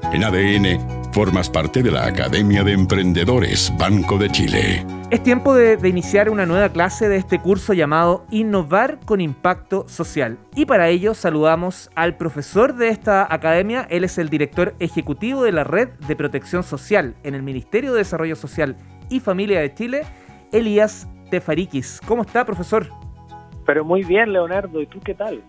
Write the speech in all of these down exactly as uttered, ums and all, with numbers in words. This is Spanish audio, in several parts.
En A D N, formas parte de la Academia de Emprendedores Banco de Chile. Es tiempo de, de iniciar una nueva clase de este curso llamado Innovar con Impacto Social. Y para ello saludamos al profesor de esta academia. Él es el director ejecutivo de la Red de Protección Social en el Ministerio de Desarrollo Social y Familia de Chile, Elías Tefarikis. ¿Cómo está, profesor? Pero muy bien, Leonardo. ¿Y tú qué tal?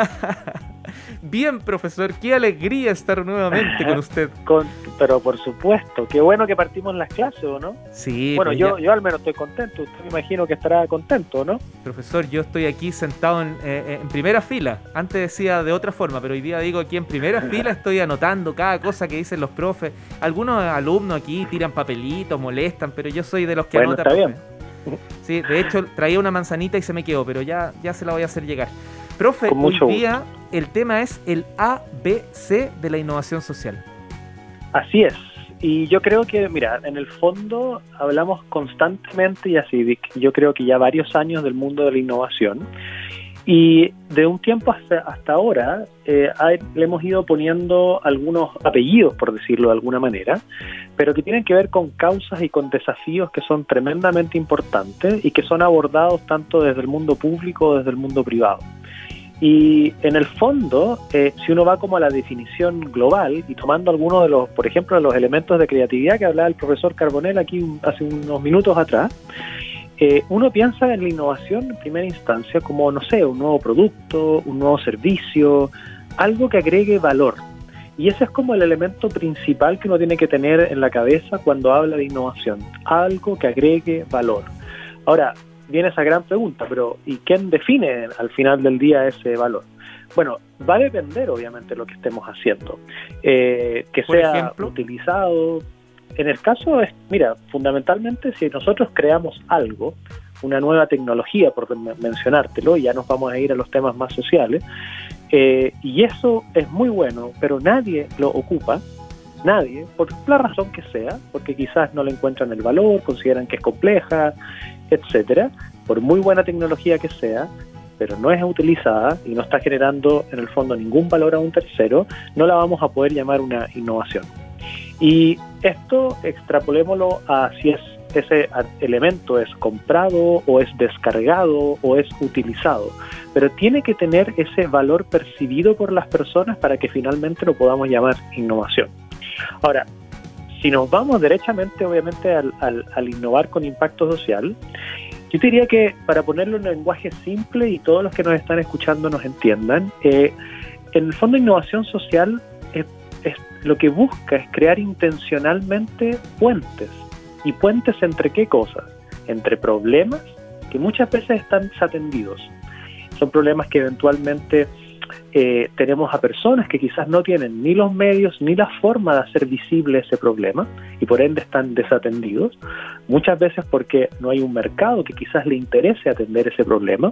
Bien, profesor. Qué alegría estar nuevamente con usted. Con, pero por supuesto. Qué bueno que partimos las clases, ¿o no? Sí. Bueno, pues yo, ya... yo al menos estoy contento. Usted me imagino que estará contento, ¿no? Profesor, yo estoy aquí sentado en, eh, en primera fila. Antes decía de otra forma, pero hoy día digo aquí en primera fila. Estoy anotando cada cosa que dicen los profes. Algunos alumnos aquí tiran papelitos, molestan, pero yo soy de los que bueno, anota. Está profe. bien. Sí, de hecho traía una manzanita y se me quedó, pero ya, ya se la voy a hacer llegar. Profe, Con hoy mucho día gusto. El tema es el A B C de la innovación social. Así es. Y yo creo que, mira, en el fondo hablamos constantemente, y así, yo creo que ya varios años del mundo de la innovación. Y de un tiempo hasta, hasta ahora eh, hay, le hemos ido poniendo algunos apellidos, por decirlo de alguna manera, pero que tienen que ver con causas y con desafíos que son tremendamente importantes y que son abordados tanto desde el mundo público como desde el mundo privado. Y en el fondo, eh, si uno va como a la definición global y tomando algunos de los, por ejemplo, de los elementos de creatividad que hablaba el profesor Carbonell aquí hace unos minutos atrás, Eh, uno piensa en la innovación en primera instancia como, no sé, un nuevo producto, un nuevo servicio, algo que agregue valor. Y ese es como el elemento principal que uno tiene que tener en la cabeza cuando habla de innovación, algo que agregue valor. Ahora, viene esa gran pregunta, pero ¿y quién define al final del día ese valor? Bueno, va a depender obviamente de lo que estemos haciendo. Eh, que Por sea ejemplo, utilizado... En el caso es, mira, fundamentalmente si nosotros creamos algo, una nueva tecnología, por mencionártelo, y ya nos vamos a ir a los temas más sociales, eh, y eso es muy bueno, pero nadie lo ocupa, nadie, por la razón que sea, porque quizás no le encuentran el valor, consideran que es compleja, etcétera, por muy buena tecnología que sea, pero no es utilizada y no está generando en el fondo ningún valor a un tercero, no la vamos a poder llamar una innovación. Y esto extrapolémoslo a si es ese elemento es comprado o es descargado o es utilizado, pero tiene que tener ese valor percibido por las personas para que finalmente lo podamos llamar innovación. Ahora, si nos vamos derechamente obviamente al, al, al innovar con impacto social, yo diría que para ponerlo en un lenguaje simple y todos los que nos están escuchando nos entiendan, eh, en el fondo innovación social es, es lo que busca es crear intencionalmente puentes. ¿Y puentes entre qué cosas? Entre problemas que muchas veces están desatendidos. Son problemas que eventualmente eh, tenemos a personas que quizás no tienen ni los medios ni la forma de hacer visible ese problema y por ende están desatendidos. Muchas veces porque no hay un mercado que quizás le interese atender ese problema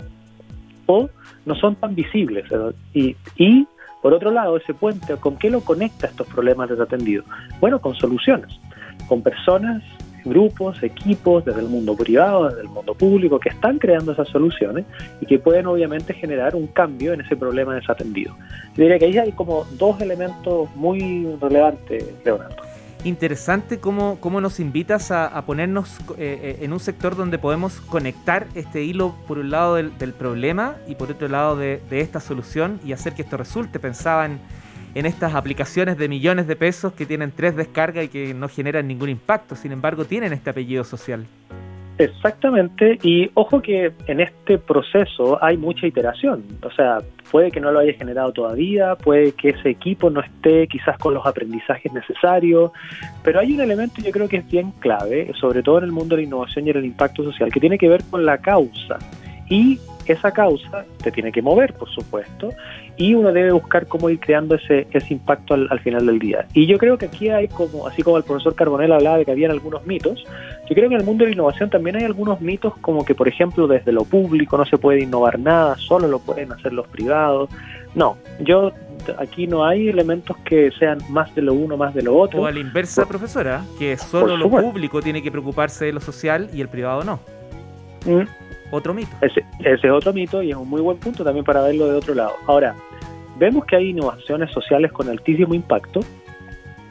o no son tan visibles. Y, y por otro lado, ese puente, ¿con qué lo conecta estos problemas desatendidos? Bueno, con soluciones, con personas, grupos, equipos desde el mundo privado, desde el mundo público, que están creando esas soluciones y que pueden obviamente generar un cambio en ese problema desatendido. Yo diría que ahí hay como dos elementos muy relevantes, Leonardo. Interesante cómo, cómo nos invitas a, a ponernos eh, en un sector donde podemos conectar este hilo por un lado del, del problema y por otro lado de, de esta solución y hacer que esto resulte. Pensaba en, en estas aplicaciones de millones de pesos que tienen tres descargas y que no generan ningún impacto, sin embargo tienen este apellido social. Exactamente, y ojo que en este proceso hay mucha iteración, o sea, puede que no lo haya generado todavía, puede que ese equipo no esté quizás con los aprendizajes necesarios, pero hay un elemento yo creo que es bien clave, sobre todo en el mundo de la innovación y en el impacto social, que tiene que ver con la causa, y esa causa te tiene que mover, por supuesto, y uno debe buscar cómo ir creando ese, ese impacto al, al final del día. Y yo creo que aquí hay como, así como el profesor Carbonell hablaba de que habían algunos mitos, yo creo que en el mundo de la innovación también hay algunos mitos como que, por ejemplo, desde lo público no se puede innovar nada, solo lo pueden hacer los privados. No, yo aquí no hay elementos que sean más de lo uno, más de lo otro. O a la inversa, por, profesora, que solo lo público tiene que preocuparse de lo social y el privado no. Mm. Otro mito. Ese, ese es otro mito y es un muy buen punto también para verlo de otro lado. Ahora, vemos que hay innovaciones sociales con altísimo impacto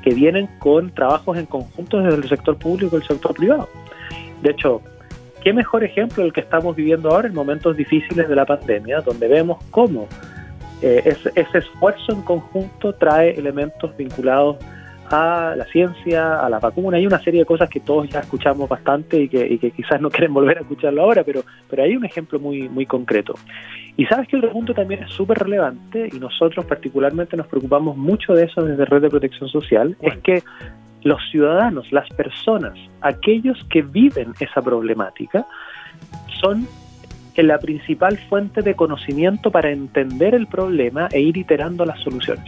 que vienen con trabajos en conjunto desde el sector público y el sector privado. De hecho, ¿qué mejor ejemplo el que estamos viviendo ahora en momentos difíciles de la pandemia, donde vemos cómo eh, ese, ese esfuerzo en conjunto trae elementos vinculados a la ciencia, a la vacuna? Hay una serie de cosas que todos ya escuchamos bastante y que, y que quizás no quieren volver a escucharlo ahora, pero, pero hay un ejemplo muy, muy concreto. Y sabes que otro punto también es súper relevante, y nosotros particularmente nos preocupamos mucho de eso desde Red de Protección Social, bueno. es que los ciudadanos, las personas, aquellos que viven esa problemática, son la principal fuente de conocimiento para entender el problema e ir iterando las soluciones.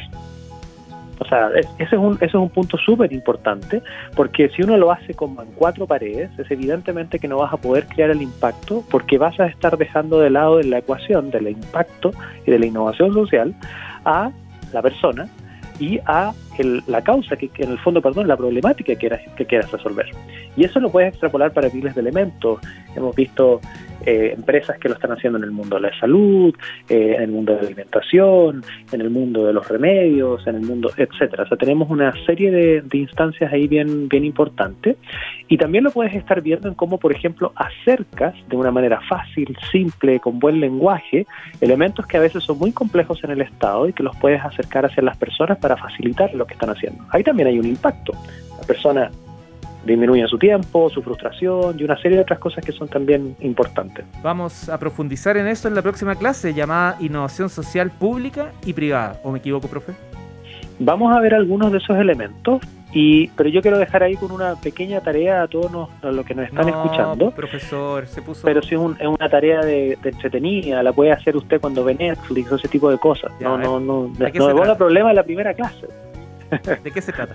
O sea, ese es un, ese es un punto súper importante, porque si uno lo hace como en cuatro paredes, es evidentemente que no vas a poder crear el impacto, porque vas a estar dejando de lado en la ecuación del impacto y de la innovación social a la persona y a el, la causa, que, que en el fondo, perdón, la problemática que quieras, que quieras resolver. Y eso lo puedes extrapolar para miles de elementos. Hemos visto eh, empresas que lo están haciendo en el mundo de la salud, eh, en el mundo de la alimentación, en el mundo de los remedios, en el mundo, etcétera. O sea, tenemos una serie de, de instancias ahí bien, bien importantes. Y también lo puedes estar viendo en cómo, por ejemplo, acercas de una manera fácil, simple, con buen lenguaje, elementos que a veces son muy complejos en el Estado y que los puedes acercar hacia las personas para facilitar lo que están haciendo. Ahí también hay un impacto. La persona disminuye su tiempo, su frustración y una serie de otras cosas que son también importantes. Vamos a profundizar en eso en la próxima clase llamada Innovación Social Pública y Privada. ¿O me equivoco, profe? Vamos a ver algunos de esos elementos, y pero yo quiero dejar ahí con una pequeña tarea a todos nos, a los que nos están no, escuchando. Profesor, se puso... Pero si es, un, es una tarea de, de entretenida, la puede hacer usted cuando ve Netflix o ese tipo de cosas. Ya, no, no, no, ¿de qué no se me ponga trata? problema en la primera clase. ¿De qué se trata?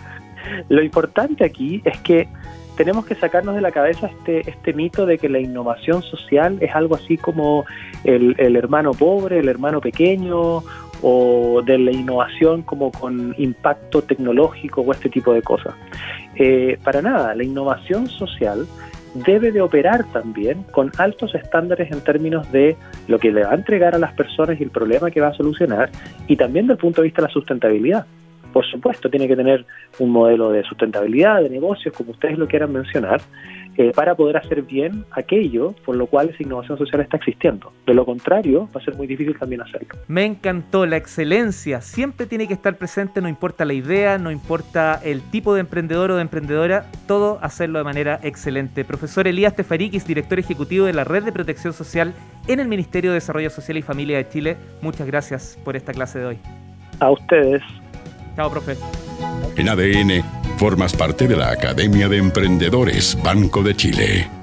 Lo importante aquí es que tenemos que sacarnos de la cabeza este, este mito de que la innovación social es algo así como el, el hermano pobre, el hermano pequeño, o de la innovación como con impacto tecnológico o este tipo de cosas. Eh, para nada, la innovación social debe de operar también con altos estándares en términos de lo que le va a entregar a las personas y el problema que va a solucionar, y también desde el punto de vista de la sustentabilidad. Por supuesto, tiene que tener un modelo de sustentabilidad, de negocios, como ustedes lo quieran mencionar, eh, para poder hacer bien aquello por lo cual esa innovación social está existiendo. De lo contrario, va a ser muy difícil también hacerlo. Me encantó, la excelencia siempre tiene que estar presente, no importa la idea, no importa el tipo de emprendedor o de emprendedora, todo hacerlo de manera excelente. Profesor Elías Tefarikis, director ejecutivo de la Red de Protección Social en el Ministerio de Desarrollo Social y Familia de Chile, muchas gracias por esta clase de hoy. A ustedes. Chao, profe. En A D N, formas parte de la Academia de Emprendedores Banco de Chile.